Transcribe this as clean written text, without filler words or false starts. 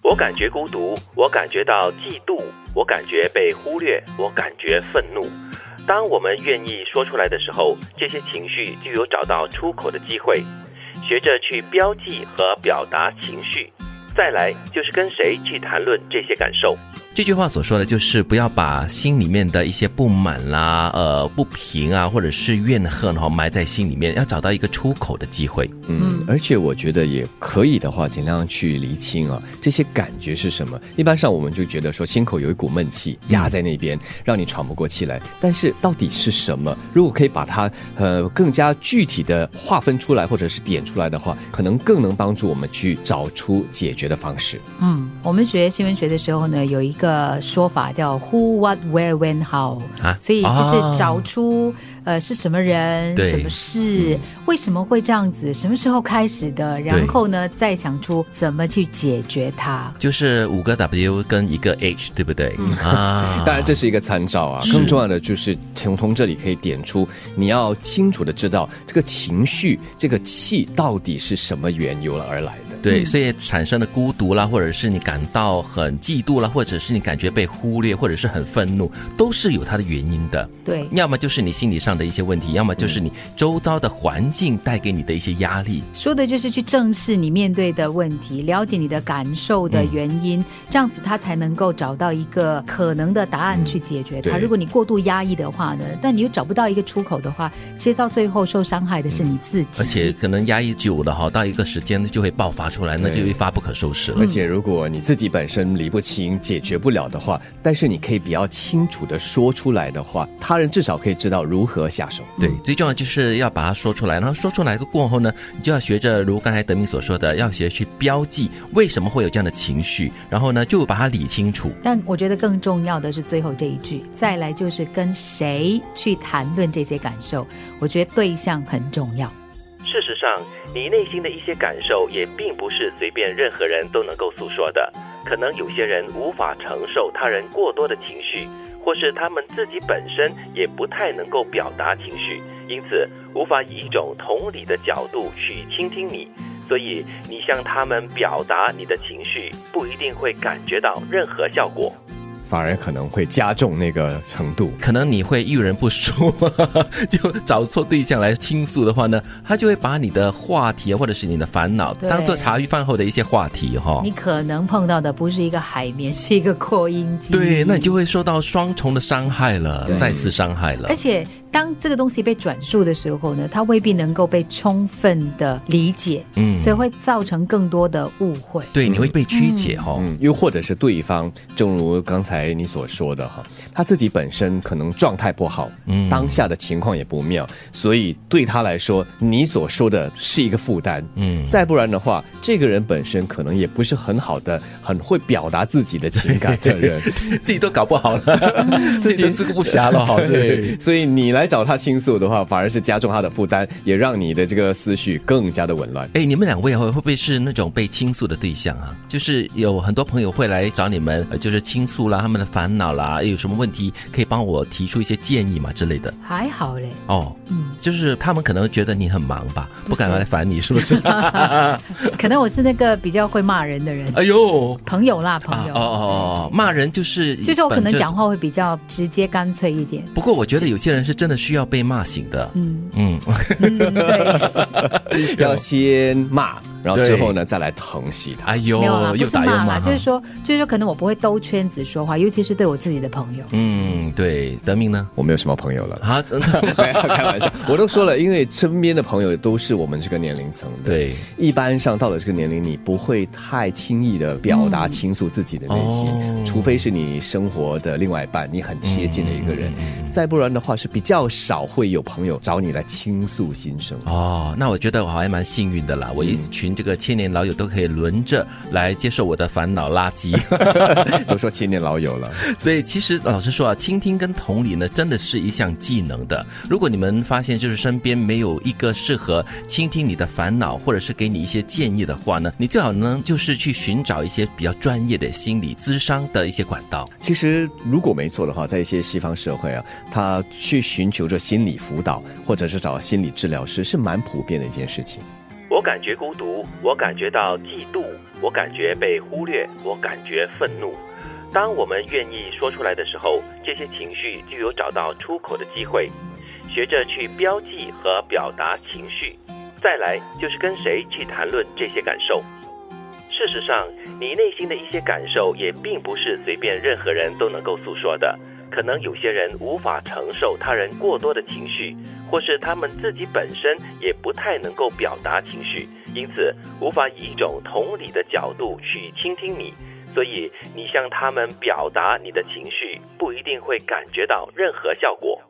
我感觉孤独，我感觉到嫉妒，我感觉被忽略，我感觉愤怒。当我们愿意说出来的时候，这些情绪就有找到出口的机会。学着去标记和表达情绪，再来就是跟谁去谈论这些感受。 这句话所说的就是不要把心里面的一些不满啦、不平啊，或者是怨恨埋在心里面，要找到一个出口的机会。 而且我觉得也可以的话，尽量去厘清啊，这些感觉是什么。一般上我们就觉得说心口有一股闷气压在那边，让你喘不过气来。但是到底是什么？如果可以把它更加具体的划分出来，或者是点出来的话，可能更能帮助我们去找出解决的方式。 我们学新闻学的时候呢，有一个说法叫 Who, What, Where, When, How，所以就是找出是什么人、什么事、为什么会这样子，什么时候开始的，然后呢再想出怎么去解决它。就是 5个 W 跟1个 H， 对不对？ 当然这是一个参照啊，更重要的就是从这里可以点出，你要清楚的知道这个情绪、这个气到底是什么缘由而来的。 对，所以产生的孤独啦，或者是你感到很嫉妒啦，或者是你感觉被忽略，或者是很愤怒，都是有它的原因的。 对， 要么就是你心理上的一些问题，要么就是你周遭的环境带给你的一些压力。 说的就是去正视你面对的问题，了解你的感受的原因，这样子他才能够找到一个可能的答案去解决它。如果你过度压抑的话呢，但你又找不到一个出口的话，其实到最后受伤害的是你自己。 而且可能压抑久了到一个时间就会爆发出来，那就一发不可收拾了。 而且如果你自己本身理不清、解决不了的话，但是你可以比较清楚的说出来的话，他人至少可以知道如何下手。 对，最重要就是要把它说出来，然后说出来过后呢，你就要学着如刚才德明所说的，要学去标记为什么会有这样的情绪，然后呢就把它理清楚。 但我觉得更重要的是最后这一句，再来就是跟谁去谈论这些感受，我觉得对象很重要。 事实上，你内心的一些感受也并不是随便任何人都能够诉说的。可能有些人无法承受他人过多的情绪，或是他们自己本身也不太能够表达情绪，因此无法以一种同理的角度去倾听你。所以你向他们表达你的情绪，不一定会感觉到任何效果， 反而可能会加重那个程度。 可能你会遇人不淑就找错对象来倾诉的话呢，他就会把你的话题或者是你的烦恼当做茶余饭后的一些话题你可能碰到的不是一个海绵，是一个扩音机。 对，那你就会受到双重的伤害了，再次伤害了。 而且当这个东西被转述的时候呢，它未必能够被充分的理解，所以会造成更多的误会。 对，你会被曲解又或者是对方，正如刚才你所说的他自己本身可能状态不好，当下的情况也不妙，所以对他来说，你所说的是一个负担。再不然的话，这个人本身可能也不是很好的、很会表达自己的情感的人， 自己都搞不好了，自己都自顾不暇了。 对，所以你来找他倾诉的话，反而是加重他的负担，也让你的这个思绪更加的紊乱。 你们两位会不会是那种被倾诉的对象啊？就是有很多朋友会来找你们，就是倾诉啦，他们的烦恼啦，有什么问题可以帮我提出一些建议嘛之类的？ 还好嘞。 就是他们可能觉得你很忙吧，不敢来烦你，是不是？ 可能我是那个比较会骂人的人。 哎呦， 朋友啦，朋友。 骂人就是我可能讲话会比较直接干脆一点。 不过我觉得有些人是真的需要被骂醒的。 对， 要先骂，然后之后呢再来疼惜他。 没有啦，不是骂啦，就是说可能我不会兜圈子说话，尤其是对我自己的朋友。 对，德明呢？ 我没有什么朋友了啊，真的开玩笑，我都说了，因为身边的朋友都是我们这个年龄层的。 对， 一般上到了这个年龄，你不会太轻易的表达倾诉自己的内心，除非是你生活的另外一半，你很贴近的一个人，再不然的话是比较少会有朋友找你来倾诉心声。 那我觉得我还蛮幸运的啦，我一群这个千年老友都可以轮着来接受我的烦恼垃圾。 都说千年老友了， 所以其实老实说倾听跟同理呢，真的是一项技能的。如果你们发现就是身边没有一个适合倾听你的烦恼，或者是给你一些建议的话呢，你最好呢就是去寻找一些比较专业的心理咨商的一些管道。 其实如果没错的话，在一些西方社会他去寻求着心理辅导，或者是找心理治疗师，是蛮普遍的一件事情。 我我感觉孤独，我感觉到嫉妒，我感觉被忽略，我感觉愤怒。当我们愿意说出来的时候，这些情绪就有找到出口的机会。学着去标记和表达情绪，再来就是跟谁去谈论这些感受。事实上，你内心的一些感受也并不是随便任何人都能够诉说的。可能有些人无法承受他人过多的情绪，或是他们自己本身也不太能够表达情绪，因此无法以一种同理的角度去倾听你。所以你向他们表达你的情绪，不一定会感觉到任何效果。